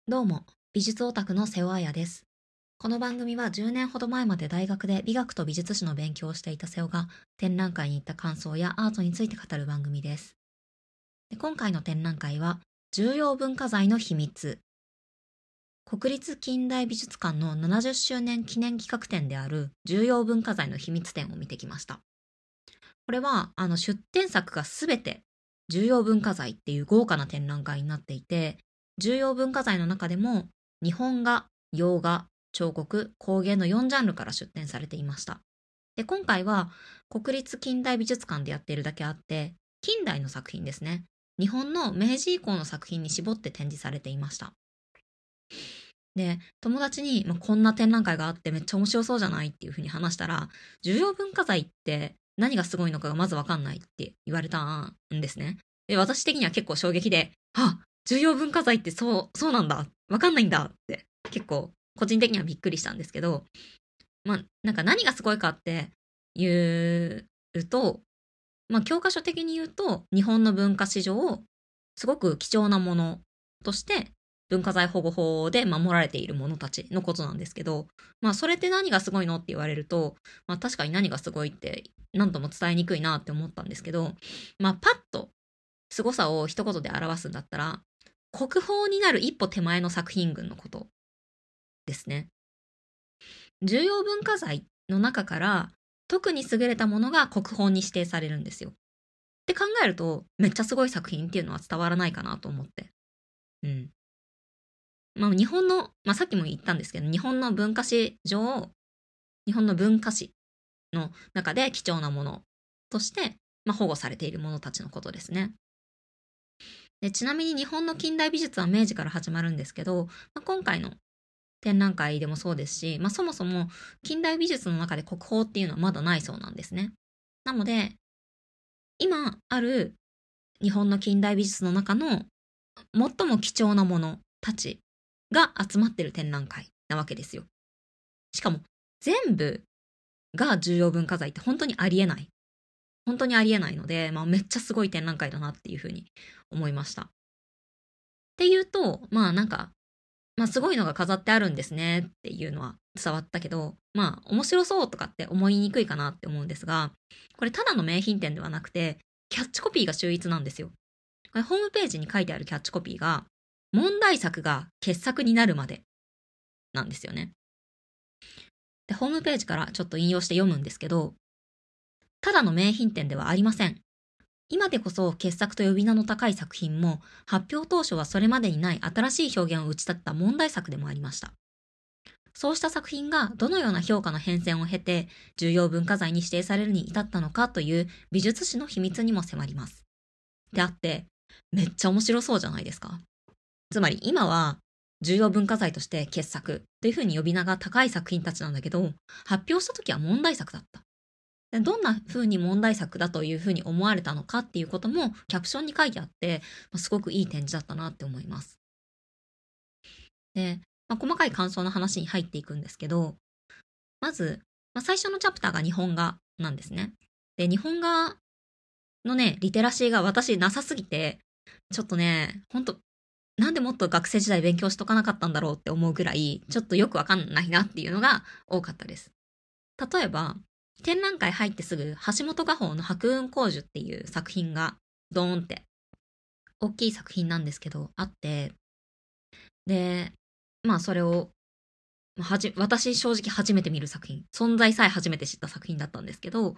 どうも、美術オタクの瀬尾彩です。この番組は10年ほど前まで大学で美学と美術史の勉強をしていた瀬尾が展覧会に行った感想やアートについて語る番組です。今回の展覧会は重要文化財の秘密。国立近代美術館の70周年記念企画展である重要文化財の秘密展を見てきました。これは出展作がすべて重要文化財っていう豪華な展覧会になっていて、重要文化財の中でも日本画、洋画、彫刻、工芸の4ジャンルから出展されていました。で、今回は国立近代美術館でやっているだけあって、近代の作品ですね。日本の明治以降の作品に絞って展示されていました。で、友達に、こんな展覧会があってめっちゃ面白そうじゃないっていう風に話したら、重要文化財って何がすごいのかがまずわかんないって言われたんですね。で、私的には結構衝撃で、重要文化財ってそうなんだ。わかんないんだって結構個人的にはびっくりしたんですけど、なんか何がすごいかって言うと、教科書的に言うと、日本の文化史上、すごく貴重なものとして文化財保護法で守られているものたちのことなんですけど、それって何がすごいのって言われると、確かに何がすごいって何とも伝えにくいなって思ったんですけど、パッと凄さを一言で表すんだったら、国宝になる一歩手前の作品群のことですね。重要文化財の中から特に優れたものが国宝に指定されるんですよ。って考えると、めっちゃすごい作品っていうのは伝わらないかなと思って。うん。日本の、さっきも言ったんですけど、日本の文化史上、日本の文化史の中で貴重なものとして、保護されているものたちのことですね。で、ちなみに日本の近代美術は明治から始まるんですけど、今回の展覧会でもそうですし、そもそも近代美術の中で国宝っていうのはまだないそうなんですね。なので、今ある日本の近代美術の中の最も貴重なものたちが集まってる展覧会なわけですよ。しかも全部が重要文化財って本当にありえない。本当にありえないので、めっちゃすごい展覧会だなっていうふうに思いました。っていうと、すごいのが飾ってあるんですねっていうのは伝わったけど、面白そうとかって思いにくいかなって思うんですが、これただの名品展ではなくて、キャッチコピーが秀逸なんですよ。これホームページに書いてあるキャッチコピーが、問題作が傑作になるまでなんですよね。で、ホームページからちょっと引用して読むんですけど、ただの名品展ではありません。今でこそ傑作と呼び名の高い作品も、発表当初はそれまでにない新しい表現を打ち立てた問題作でもありました。そうした作品がどのような評価の変遷を経て、重要文化財に指定されるに至ったのかという美術史の秘密にも迫ります。であって、めっちゃ面白そうじゃないですか。つまり今は重要文化財として傑作というふうに呼び名が高い作品たちなんだけど、発表した時は問題作だった。どんな風に問題作だというふうに思われたのかっていうこともキャプションに書いてあって、すごくいい展示だったなって思います。で、細かい感想の話に入っていくんですけど、まず、最初のチャプターが日本画なんですね。で、日本画のね、リテラシーが私なさすぎて、ちょっとね、ほんと、なんでもっと学生時代勉強しとかなかったんだろうって思うぐらい、ちょっとよくわかんないなっていうのが多かったです。例えば、展覧会入ってすぐ、橋本画法の白雲光樹っていう作品が、ドーンって、大きい作品なんですけど、あって、で、それを、私正直初めて見る作品、存在さえ初めて知った作品だったんですけど、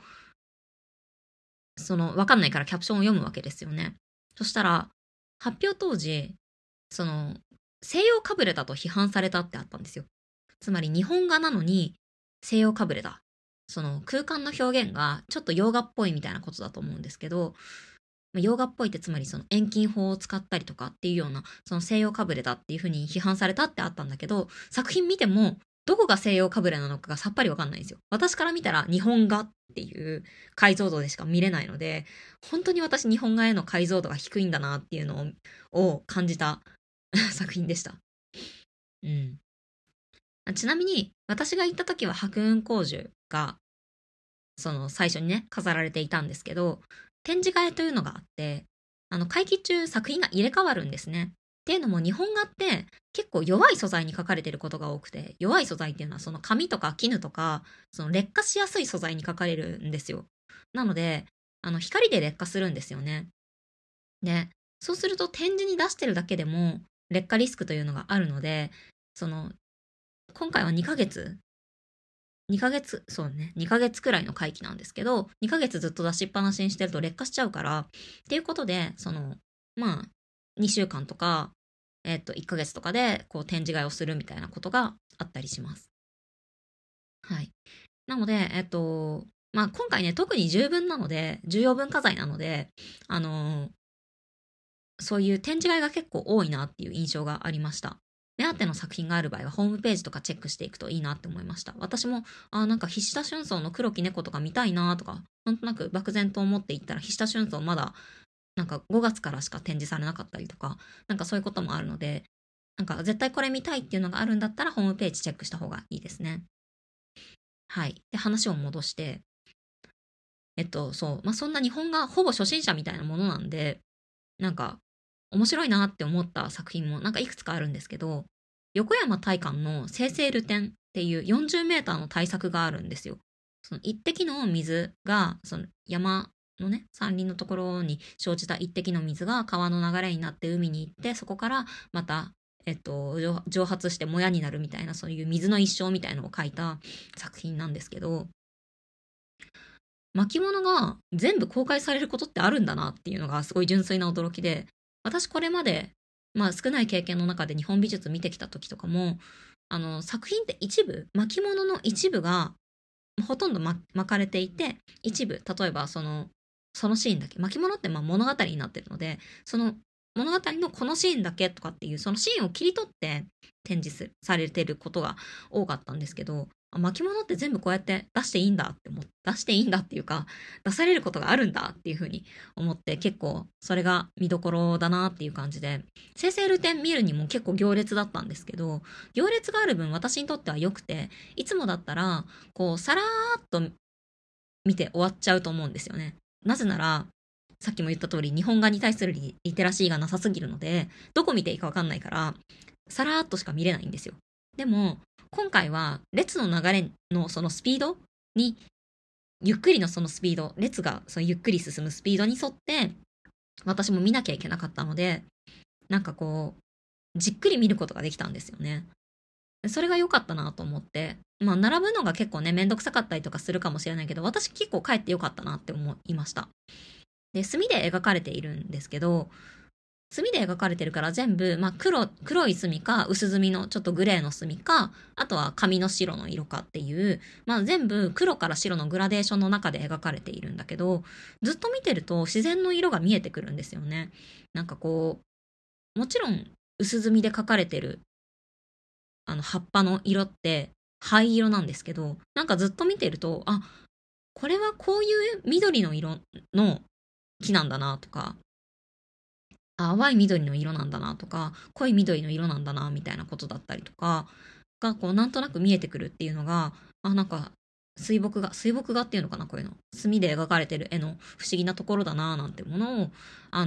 わかんないからキャプションを読むわけですよね。そしたら、発表当時、その、西洋かぶれだと批判されたってあったんですよ。つまり日本画なのに西洋かぶれだ。その空間の表現がちょっと洋画っぽいみたいなことだと思うんですけど、洋画っぽいってつまりその遠近法を使ったりとかっていうような、その西洋かぶれだっていうふうに批判されたってあったんだけど、作品見てもどこが西洋かぶれなのかがさっぱりわかんないんですよ。私から見たら日本画っていう解像度でしか見れないので、本当に私日本画への解像度が低いんだなっていうのを感じた作品でした。うん。ちなみに、私が行った時は白雲光樹が、最初にね、飾られていたんですけど、展示会というのがあって、会期中作品が入れ替わるんですね。 ていうのも日本画って結構弱い素材に描かれてることが多くて、弱い素材っていうのはその紙とか絹とか、その劣化しやすい素材に描かれるんですよ。なので、光で劣化するんですよね。で、そうすると展示に出してるだけでも劣化リスクというのがあるので、その、今回は2ヶ月くらいの会期なんですけど、2ヶ月ずっと出しっぱなしにしてると劣化しちゃうから、っていうことで、まあ、2週間とか、1ヶ月とかで、展示会をするみたいなことがあったりします。はい。なので、今回ね、特に重文なので、重要文化財なので、あのーそういう展示会が結構多いなっていう印象がありました。目当ての作品がある場合はホームページとかチェックしていくといいなって思いました。私も、なんか菱田春草の黒き猫とか見たいなとか、なんとなく漠然と思っていったら菱田春草まだ、なんか5月からしか展示されなかったりとか、なんかそういうこともあるので、なんか絶対これ見たいっていうのがあるんだったらホームページチェックした方がいいですね。はい。で、話を戻して、そんな日本がほぼ初心者みたいなものなんで、なんか、面白いなって思った作品もなんかいくつかあるんですけど、横山大観の生成ルテンっていう40メーターの対策があるんですよ。その一滴の水が、その山のね、山林のところに生じた一滴の水が川の流れになって海に行って、そこからまた、蒸発してもやになるみたいな、そういう水の一生みたいのを書いた作品なんですけど、巻物が全部公開されることってあるんだなっていうのがすごい純粋な驚きで、私これまで、少ない経験の中で日本美術見てきた時とかも、作品って一部、巻物の一部がほとんど巻かれていて、一部、例えばそのシーンだけ、巻物って物語になってるので、その物語のこのシーンだけとかっていう、そのシーンを切り取って展示されてることが多かったんですけど、巻物って全部こうやって出していいんだって出していいんだっていうか、出されることがあるんだっていうふうに思って、結構それが見どころだなっていう感じで、生成ルテン見るにも結構行列だったんですけど、行列がある分私にとっては良くて、いつもだったら、さらーっと見て終わっちゃうと思うんですよね。なぜなら、さっきも言った通り、日本画に対するリテラシーがなさすぎるので、どこ見ていいかわかんないから、さらーっとしか見れないんですよ。でも、今回は、列の流れのそのスピードに、ゆっくりのそのスピード、列がそのゆっくり進むスピードに沿って、私も見なきゃいけなかったので、なんかじっくり見ることができたんですよね。それが良かったなと思って、並ぶのが結構ね、めんどくさかったりとかするかもしれないけど、私結構帰って良かったなって思いました。で、墨で描かれているんですけど、墨で描かれてるから全部、黒い墨か、薄墨のちょっとグレーの墨か、あとは紙の白の色かっていう、全部黒から白のグラデーションの中で描かれているんだけど、ずっと見てると自然の色が見えてくるんですよね。なんかもちろん薄墨で描かれてる葉っぱの色って灰色なんですけど、なんかずっと見てると、これはこういう緑の色の木なんだなとか、淡い緑の色なんだなとか、濃い緑の色なんだなみたいなことだったりとか、がなんとなく見えてくるっていうのが、なんか水墨画っていうのかな、こういうの。墨で描かれてる絵の不思議なところだななんてものを、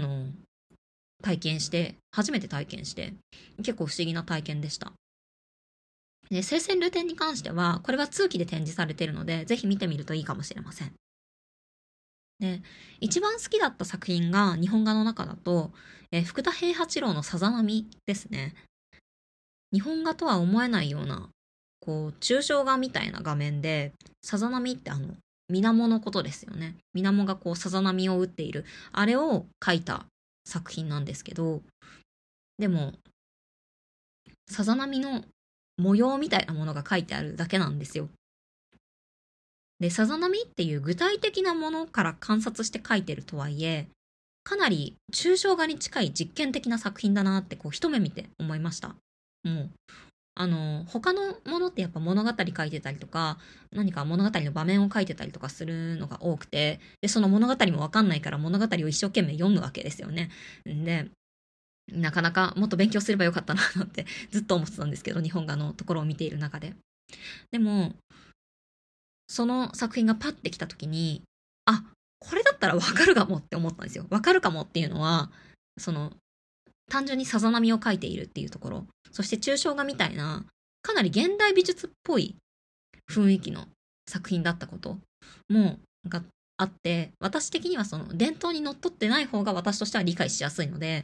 初めて体験して、結構不思議な体験でした。で、聖戦ルテンに関しては、これは通期で展示されているので、ぜひ見てみるといいかもしれません。で、一番好きだった作品が日本画の中だと、福田平八郎のさざ波ですね。日本画とは思えないような、抽象画みたいな画面で、さざ波って水面のことですよね。水面がさざ波を打っている、あれを描いた作品なんですけど、でも、さざ波の模様みたいなものが書いてあるだけなんですよ。で、さざ波っていう具体的なものから観察して書いてるとはいえ、かなり抽象画に近い実験的な作品だなって一目見て思いました。もう、他のものってやっぱ物語書いてたりとか、何か物語の場面を書いてたりとかするのが多くて、で、その物語もわかんないから物語を一生懸命読むわけですよね。で、なかなかもっと勉強すればよかったなってずっと思ってたんですけど、日本画のところを見ている中で。でも、その作品がパッて来た時に、これだったらわかるかもって思ったんですよ。わかるかもっていうのは、その、 単純にさざ波を描いているっていうところ、そして抽象画みたいな、かなり現代美術っぽい雰囲気の作品だったこともがあって、私的にはその伝統にのっとってない方が私としては理解しやすいので、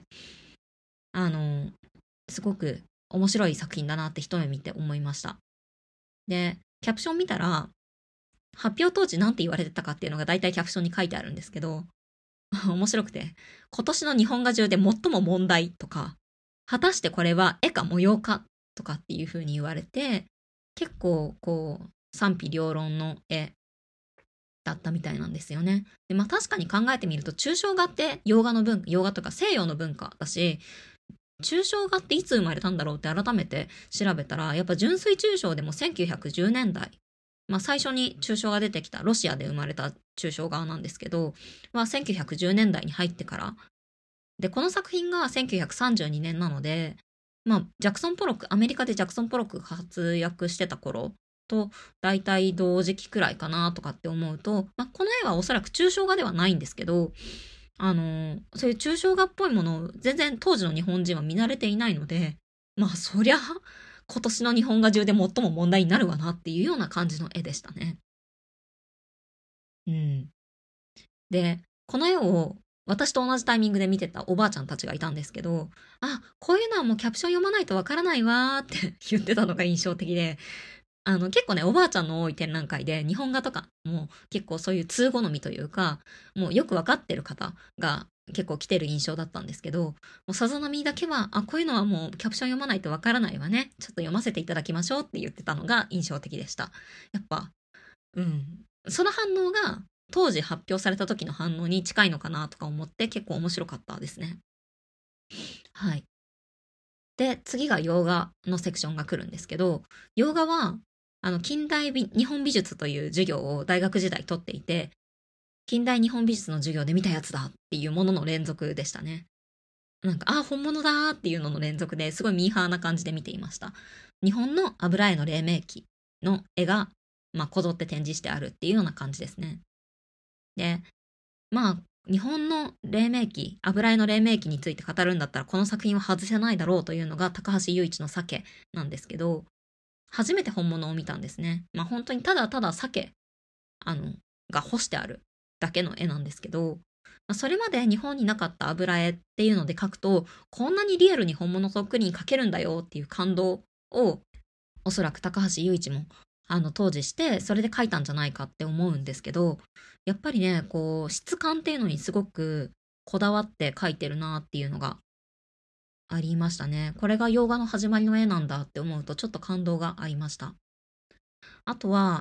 すごく面白い作品だなって一目見て思いました。で、キャプション見たら、発表当時なんて言われてたかっていうのが大体キャプションに書いてあるんですけど、面白くて、今年の日本画中で最も問題とか、果たしてこれは絵か模様かとかっていう風に言われて、結構こう賛否両論の絵だったみたいなんですよね。で、まあ確かに考えてみると、抽象画って洋画とか西洋の文化だし、抽象画っていつ生まれたんだろうって改めて調べたら、やっぱ純粋抽象でも1910年代、まあ最初に抽象が出てきたロシアで生まれた抽象画なんですけど、まあ1910年代に入ってから。で、この作品が1932年なので、まあアメリカでジャクソン・ポロックが活躍してた頃と大体同時期くらいかなとかって思うと、まあこの絵はおそらく抽象画ではないんですけど、そういう抽象画っぽいものを全然当時の日本人は見慣れていないので、まあそりゃ今年の日本画中で最も問題になるわなっていうような感じの絵でしたね。うん。で、この絵を私と同じタイミングで見てたおばあちゃんたちがいたんですけど、あ、こういうのはもうキャプション読まないとわからないわーって言ってたのが印象的で、結構ね、おばあちゃんの多い展覧会で、日本画とかも結構そういう通好みというか、もうよくわかってる方が結構来てる印象だったんですけど、もうさざ波だけは、あ、こういうのはもうキャプション読まないとわからないわね。ちょっと読ませていただきましょうって言ってたのが印象的でした。やっぱ、うん。その反応が当時発表された時の反応に近いのかなとか思って結構面白かったですね。はい。で、次が洋画のセクションが来るんですけど、洋画は、近代日本美術という授業を大学時代取っていて、近代日本美術の授業で見たやつだっていうものの連続でしたね。なんか、あ、本物だーっていうのの連続ですごいミーハーな感じで見ていました。日本の油絵の黎明期の絵が、まあ、こぞって展示してあるっていうような感じですね。で、まあ、日本の黎明期、油絵の黎明期について語るんだったら、この作品は外せないだろうというのが高橋雄一の鮭なんですけど、初めて本物を見たんですね。まあ本当にただただ鮭、が干してあるだけの絵なんですけど、まあ、それまで日本になかった油絵っていうので描くと、こんなにリアルに本物そっくりに描けるんだよっていう感動を、おそらく高橋雄一も、当時して、それで描いたんじゃないかって思うんですけど、やっぱりね、こう、質感っていうのにすごくこだわって描いてるなっていうのがありましたね。これが洋画の始まりの絵なんだって思うと、ちょっと感動がありました。あとは、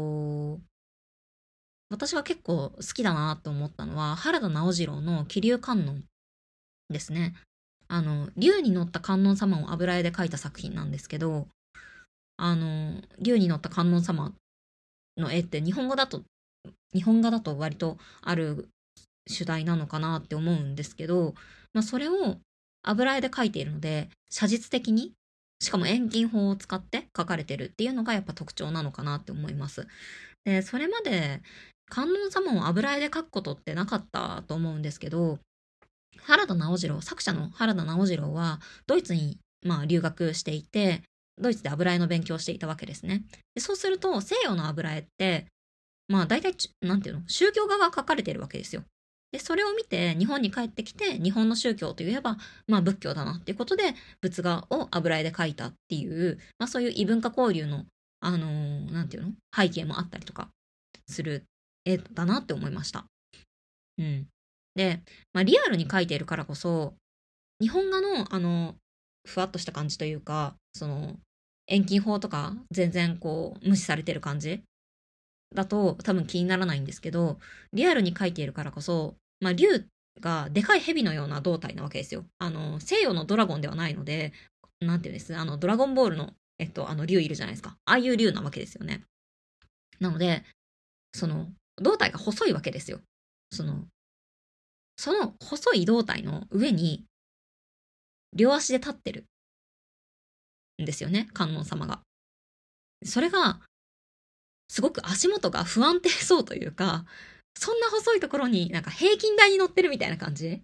私が結構好きだなと思ったのは、原田直次郎の気流観音ですね。竜に乗った観音様を油絵で描いた作品なんですけど、竜に乗った観音様の絵って日本画だと割とある主題なのかなって思うんですけど、まあそれを油絵で描いているので、写実的に、しかも遠近法を使って描かれてるっていうのがやっぱ特徴なのかなって思います。で、それまで観音様を油絵で描くことってなかったと思うんですけど、作者の原田直次郎は、ドイツに、まあ、留学していて、ドイツで油絵の勉強をしていたわけですね。でそうすると、西洋の油絵って、まあ、大体、なんていうの、宗教画が描かれているわけですよ。で、それを見て、日本に帰ってきて、日本の宗教といえば、まあ、仏教だなっていうことで、仏画を油絵で描いたっていう、まあ、そういう異文化交流の、なんていうの、背景もあったりとかする絵だなって思いました。うん。で、まあ、リアルに描いているからこそ、日本画の、ふわっとした感じというか、遠近法とか、全然こう、無視されてる感じだと多分気にならないんですけど、リアルに描いているからこそ、まあ、竜がでかい蛇のような胴体なわけですよ。西洋のドラゴンではないので、なんていうんです、ドラゴンボールの、竜いるじゃないですか。ああいう竜なわけですよね。なので、その、胴体が細いわけですよ。その、その細い胴体の上に両足で立ってるんですよね、観音様が。それが、すごく足元が不安定そうというか、そんな細いところになんか平均台に乗ってるみたいな感じ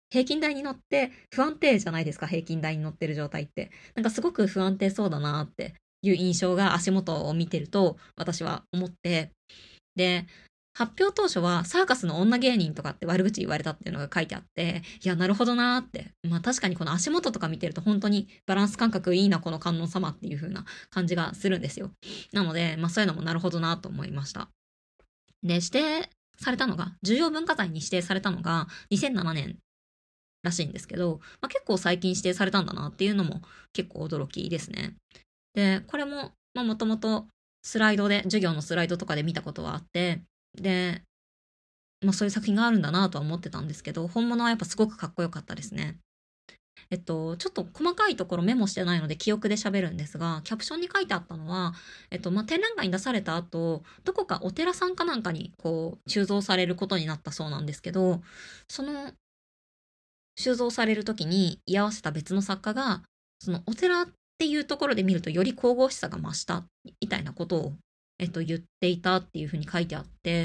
平均台に乗って不安定じゃないですか、平均台に乗ってる状態って。なんかすごく不安定そうだなっていう印象が足元を見てると私は思って、で、発表当初はサーカスの女芸人とかって悪口言われたっていうのが書いてあって、いや、なるほどなーって。まあ確かにこの足元とか見てると本当にバランス感覚いいな、この観音様っていう風な感じがするんですよ。なので、まあそういうのもなるほどなと思いました。で、指定されたのが、重要文化財に指定されたのが2007年らしいんですけど、まあ、結構最近指定されたんだなっていうのも結構驚きですね。で、これも、まあもともとスライドで、授業のスライドとかで見たことはあって、で、まあそういう作品があるんだなとは思ってたんですけど、本物はやっぱすごくかっこよかったですね。ちょっと細かいところメモしてないので記憶で喋るんですが、キャプションに書いてあったのは、まあ、展覧会に出された後、どこかお寺さんかなんかに、こう、収蔵されることになったそうなんですけど、その、収蔵される時に居合わせた別の作家が、そのお寺っていうところで見るとより神々しさが増した、みたいなことを、言っていたっていうふうに書いてあって、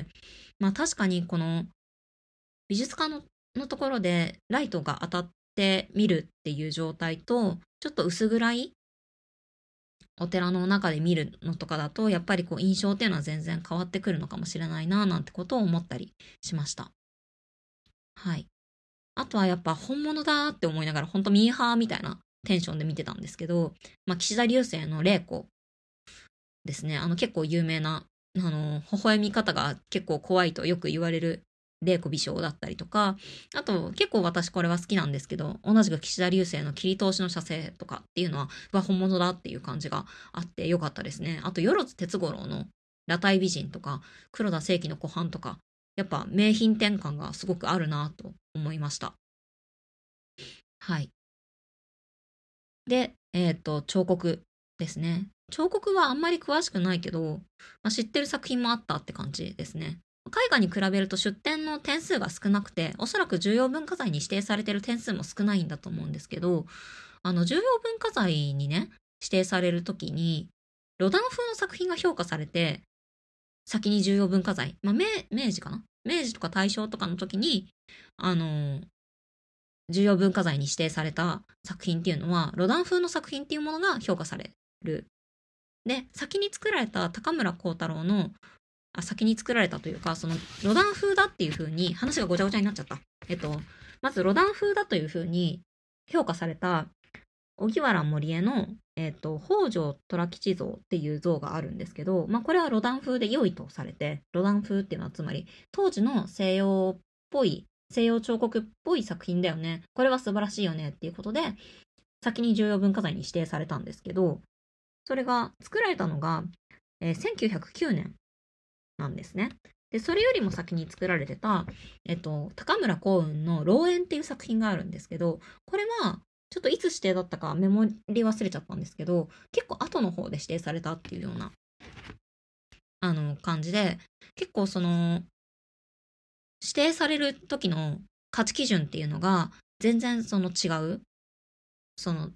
まあ確かにこの美術館のところでライトが当たって見るっていう状態と、ちょっと薄暗いお寺の中で見るのとかだと、やっぱりこう印象っていうのは全然変わってくるのかもしれないな、なんてことを思ったりしました。はい。あとはやっぱ本物だって思いながら、ほんとミーハーみたいなテンションで見てたんですけど、まあ、岸田流星の玲子ですね。結構有名な、微笑み方が結構怖いとよく言われる玲子美少だったりとか、あと結構私これは好きなんですけど、同じく岸田流星の切り通しの写生とかっていうのは本物だっていう感じがあってよかったですね。あと、万哲五郎の裸体美人とか、黒田清輝の湖畔とか、やっぱ名品転換がすごくあるなと思いました。はい。で、彫刻ですね。彫刻はあんまり詳しくないけど、まあ、知ってる作品もあったって感じですね。絵画に比べると出展の点数が少なくて、おそらく重要文化財に指定されてる点数も少ないんだと思うんですけど、重要文化財にね、指定されるときに、ロダン風の作品が評価されて、先に重要文化財、まあ、明治かな明治とか大正とかの時に、あの重要文化財に指定された作品っていうのは、ロダン風の作品っていうものが評価される。で、先に作られた高村光太郎の、先に作られたというか、その、ロダン風だっていう風に、話がごちゃごちゃになっちゃった。まず、ロダン風だという風に評価された、荻原森江の、北条虎吉像っていう像があるんですけど、まあ、これはロダン風で良いとされて、ロダン風っていうのはつまり、当時の西洋っぽい、西洋彫刻っぽい作品だよね。これは素晴らしいよねっていうことで、先に重要文化財に指定されたんですけど、それが作られたのが、1909年なんですね。で、それよりも先に作られてた、高村光雲の老猿っていう作品があるんですけど、これは、ちょっといつ指定だったかメモり忘れちゃったんですけど、結構後の方で指定されたっていうような、感じで、結構その、指定される時の価値基準っていうのが、全然その違う、その、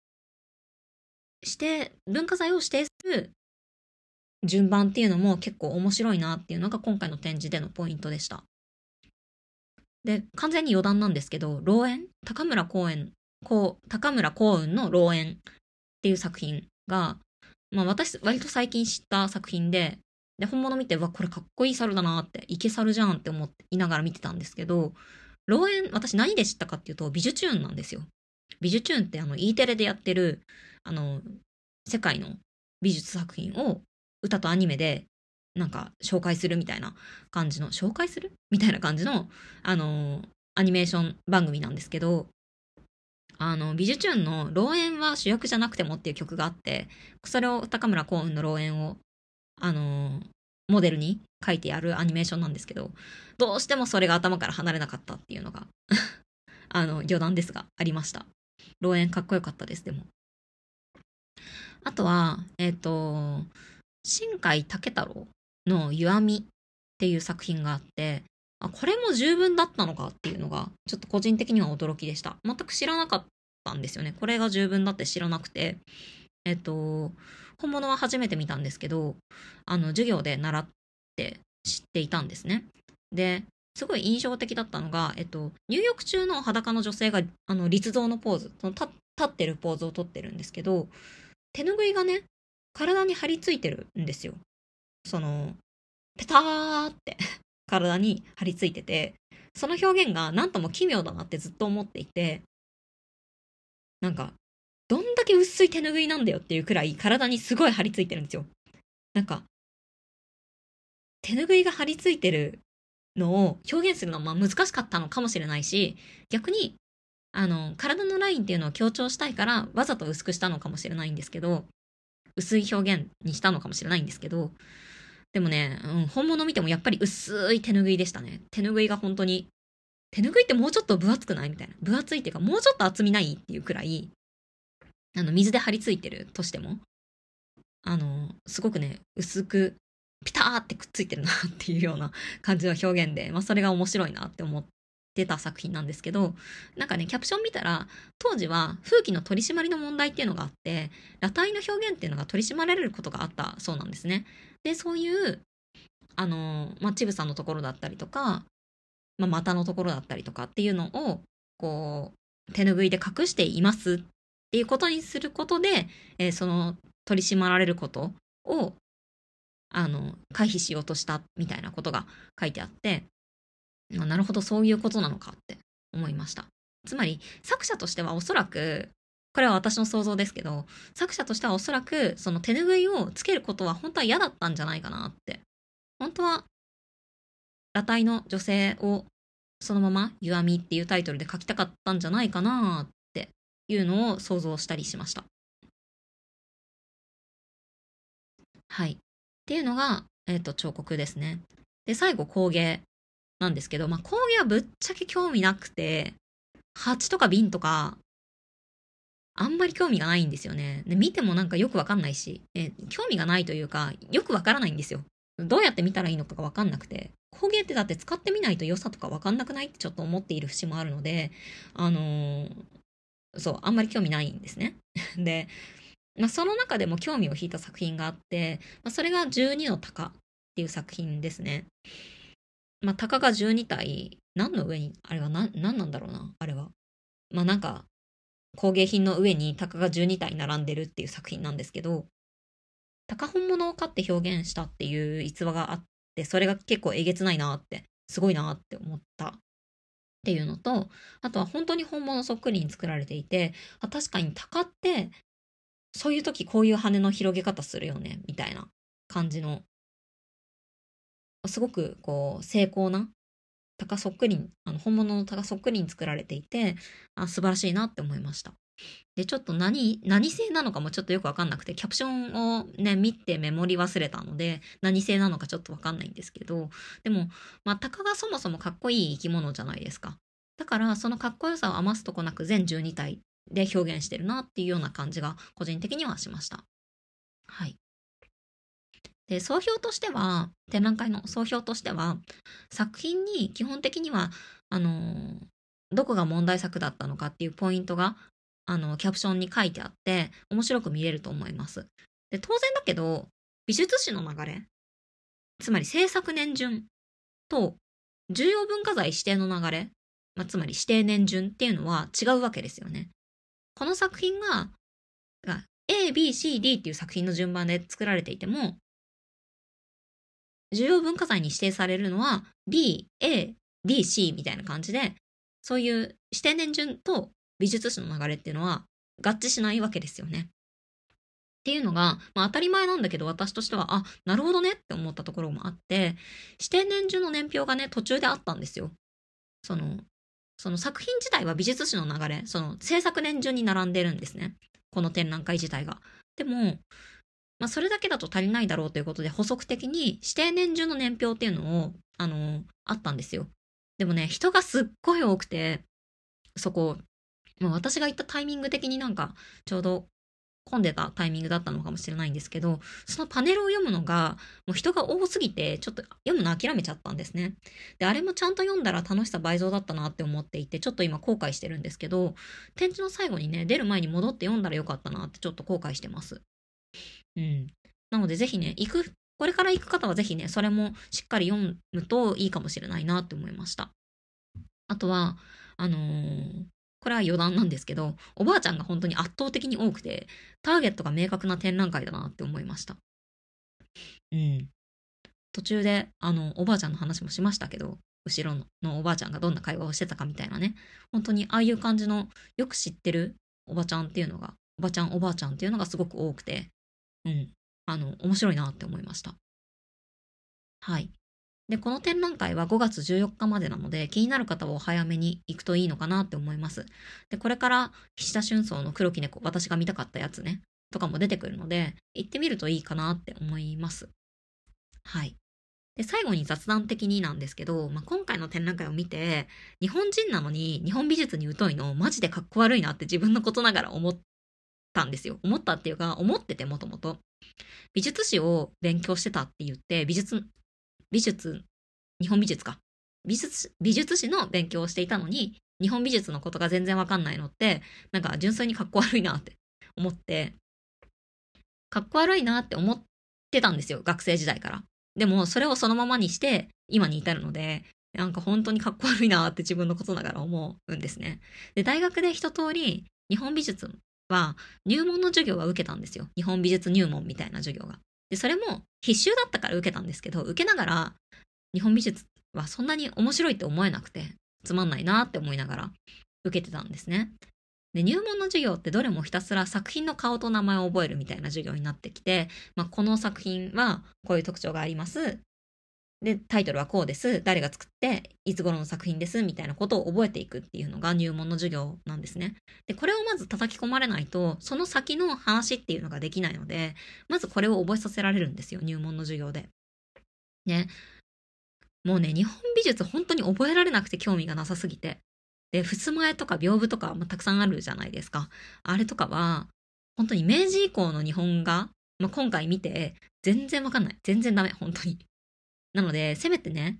文化財を指定する順番っていうのも結構面白いなっていうのが今回の展示でのポイントでした。で、完全に余談なんですけど、老猿高村光雲の老猿っていう作品が、まあ私、割と最近知った作品で、で、本物見て、これかっこいい猿だなって、イケ猿じゃんって思っていながら見てたんですけど、老猿、私何で知ったかっていうと、美術チューンなんですよ。美術チューンってE テレでやってる、あの、世界の美術作品を歌とアニメでなんか紹介するみたいな感じの、紹介するみたいな感じの、アニメーション番組なんですけど、美術チューンの老猿は主役じゃなくてもっていう曲があって、それを高村光雲の老猿を、あのモデルに書いてやるアニメーションなんですけど、どうしてもそれが頭から離れなかったっていうのが余談ですが、ありました。老猿かっこよかったです、でも。あとは、新海武太郎の湯あみっていう作品があって、これも十分だったのかっていうのが、ちょっと個人的には驚きでした。全く知らなかったんですよね。これが十分だって知らなくて、本物は初めて見たんですけど、授業で習って知っていたんですね。で、 すごい印象的だったのが、入浴中の裸の女性が、立像のポーズ、立ってるポーズをとってるんですけど、手ぬぐいがね、体に張り付いてるんですよ。ペターって体に張り付いてて、その表現がなんとも奇妙だなってずっと思っていて、なんか、どんだけ薄い手ぬぐいなんだよっていうくらい体にすごい張り付いてるんですよ。なんか、手ぬぐいが張り付いてるのを表現するのは難しかったのかもしれないし、逆に、体のラインっていうのを強調したいから、わざと薄くしたのかもしれないんですけど、薄い表現にしたのかもしれないんですけど、でもね、本物見てもやっぱり薄い手ぬぐいでしたね。手ぬぐいが本当に、手ぬぐいってもうちょっと分厚くないみたいな。分厚いっていうか、もうちょっと厚みないっていうくらい、水で張り付いてるとしても、すごくね、薄く、ピターってくっついてるなっていうような感じの表現で、それが面白いなって思ってた作品なんですけど、なんかね、キャプション見たら、当時は風紀の取り締まりの問題っていうのがあって、裸体の表現っていうのが取り締まられることがあったそうなんですね。で、そういう、乳房のところだったりとか、股のところだったりとかっていうのを、こう、手拭いで隠していますっていうことにすることで、その取り締まられることを、回避しようとしたみたいなことが書いてあって、なるほど、そういうことなのかって思いました。つまり、作者としてはおそらく、これは私の想像ですけど、作者としてはおそらく、その手拭いをつけることは本当は嫌だったんじゃないかなって。本当は、裸体の女性をそのまま「ゆあみ」っていうタイトルで書きたかったんじゃないかなっていうのを想像したりしました。はい。っていうのが、彫刻ですね。で、最後工芸なんですけど、工芸はぶっちゃけ興味なくて、鉢とか瓶とか、あんまり興味がないんですよね。で、見てもなんかよくわかんないし、興味がないというか、よくわからないんですよ。どうやって見たらいいのかがわかんなくて。工芸ってだって使ってみないと良さとかわかんなくないってちょっと思っている節もあるので、あのーそう、あんまり興味ないんですね。で、その中でも興味を引いた作品があって、それが12の鷹っていう作品ですね。鷹が12体、何の上に、あれは何なんだろうな、あれは。なんか、工芸品の上に鷹が12体並んでるっていう作品なんですけど、鷹本物を飼って表現したっていう逸話があって、それが結構えげつないなって、すごいなって思ったっていうのと、あとは本当に本物そっくりに作られていて、確かに鷹ってそういう時こういう羽の広げ方するよね、みたいな感じの、すごくこう、精巧な、鷹そっくりに、本物の鷹そっくりに作られていて、素晴らしいなって思いました。で、ちょっと何製なのかもちょっとよくわかんなくて、キャプションをね、見てメモり忘れたので、何製なのかちょっとわかんないんですけど、でも、鷹がそもそもかっこいい生き物じゃないですか。だから、そのかっこよさを余すとこなく全12体で表現してるなっていうような感じが個人的にはしました。はい。で、総評としては、展覧会の総評としては、作品に基本的には、あのーどこが問題作だったのかっていうポイントが、キャプションに書いてあって、面白く見れると思います。で、当然だけど、美術史の流れ、つまり制作年順と重要文化財指定の流れ、つまり指定年順っていうのは違うわけですよね。この作品が A、B、C、D っていう作品の順番で作られていても、重要文化財に指定されるのは B、A、D、C みたいな感じで、そういう指定年順と美術史の流れっていうのは合致しないわけですよね。っていうのが、当たり前なんだけど私としては、なるほどねって思ったところもあって、指定年順の年表がね、途中であったんですよ。その、その作品自体は美術史の流れ、その制作年順に並んでるんですね。この展覧会自体が。でも、それだけだと足りないだろうということで補足的に指定年順の年表っていうのを、あったんですよ。でもね、人がすっごい多くて、そこ、私が行ったタイミング的になんか、ちょうど混んでたタイミングだったのかもしれないんですけど、そのパネルを読むのが、もう人が多すぎて、ちょっと読むの諦めちゃったんですね。で、あれもちゃんと読んだら楽しさ倍増だったなって思っていて、ちょっと今後悔してるんですけど、展示の最後にね、出る前に戻って読んだらよかったなってちょっと後悔してます。うん。なのでぜひね、行くこれから行く方はぜひね、それもしっかり読むといいかもしれないなって思いました。あとは、これは余談なんですけど、おばあちゃんが本当に圧倒的に多くて、ターゲットが明確な展覧会だなって思いました。うん。途中で、おばあちゃんの話もしましたけど、後ろのおばあちゃんがどんな会話をしてたかみたいなね。本当にああいう感じの、よく知ってるおばちゃんっていうのが、おばちゃんおばあちゃんっていうのがすごく多くて、うん。面白いなって思いました。はい。で、この展覧会は5月14日までなので、気になる方はお早めに行くといいのかなって思います。で、これから岸田春草の黒き猫、私が見たかったやつね、とかも出てくるので、行ってみるといいかなって思います。はい。で、最後に雑談的になんですけど、今回の展覧会を見て、日本人なのに日本美術に疎いのマジでかっこ悪いなって自分のことながら思ったんですよ。思ったっていうか、思っててもともと。美術史を勉強してたって言って、美術、日本美術か。美術史の勉強をしていたのに、日本美術のことが全然わかんないのって、なんか純粋にかっこ悪いなって思って、かっこ悪いなって思ってたんですよ、学生時代から。でも、それをそのままにして、今に至るので、なんか本当にかっこ悪いなって自分のことながら思うんですね。で、大学で一通り、日本美術は入門の授業は受けたんですよ。日本美術入門みたいな授業が。で、それも必修だったから受けたんですけど、受けながら、日本美術はそんなに面白いって思えなくて、つまんないなって思いながら受けてたんですね。で、入門の授業ってどれもひたすら作品の顔と名前を覚えるみたいな授業になってきて、この作品はこういう特徴があります。で、タイトルはこうです。誰が作って、いつ頃の作品です。みたいなことを覚えていくっていうのが入門の授業なんですね。で、これをまず叩き込まれないと、その先の話っていうのができないので、まずこれを覚えさせられるんですよ。入門の授業で。ね。もうね、日本美術本当に覚えられなくて興味がなさすぎて。で、襖絵とか屏風とか、たくさんあるじゃないですか。あれとかは、本当に明治以降の日本画、今回見て、全然わかんない。全然ダメ、本当に。なので、せめてね、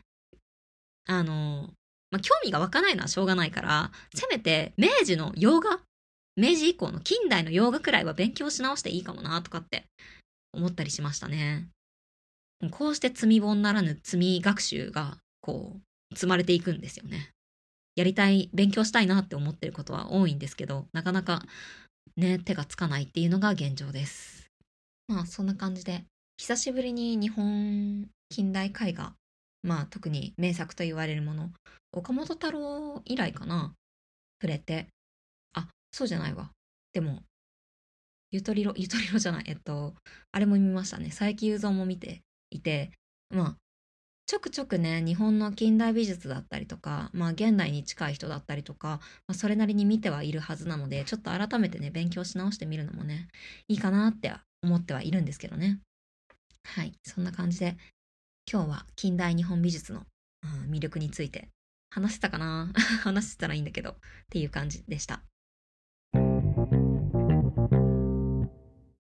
興味が湧かないのはしょうがないから、せめて明治の洋画、明治以降の近代の洋画くらいは勉強し直していいかもな、とかって思ったりしましたね。こうして積み本ならぬ積み学習が、積まれていくんですよね。やりたい、勉強したいなって思ってることは多いんですけど、なかなかね、手がつかないっていうのが現状です。そんな感じで、久しぶりに日本近代絵画、特に名作と言われるもの、岡本太郎以来かな、触れて、あ、そうじゃないわ。でも、ゆとりろじゃない、あれも見ましたね。佐伯雄三も見ていて、ちょくちょくね、日本の近代美術だったりとか、現代に近い人だったりとか、それなりに見てはいるはずなので、ちょっと改めてね、勉強し直してみるのもね、いいかなって思ってはいるんですけどね。はい、そんな感じで、今日は近代日本美術の、魅力について話せたかな話してたらいいんだけど、っていう感じでした。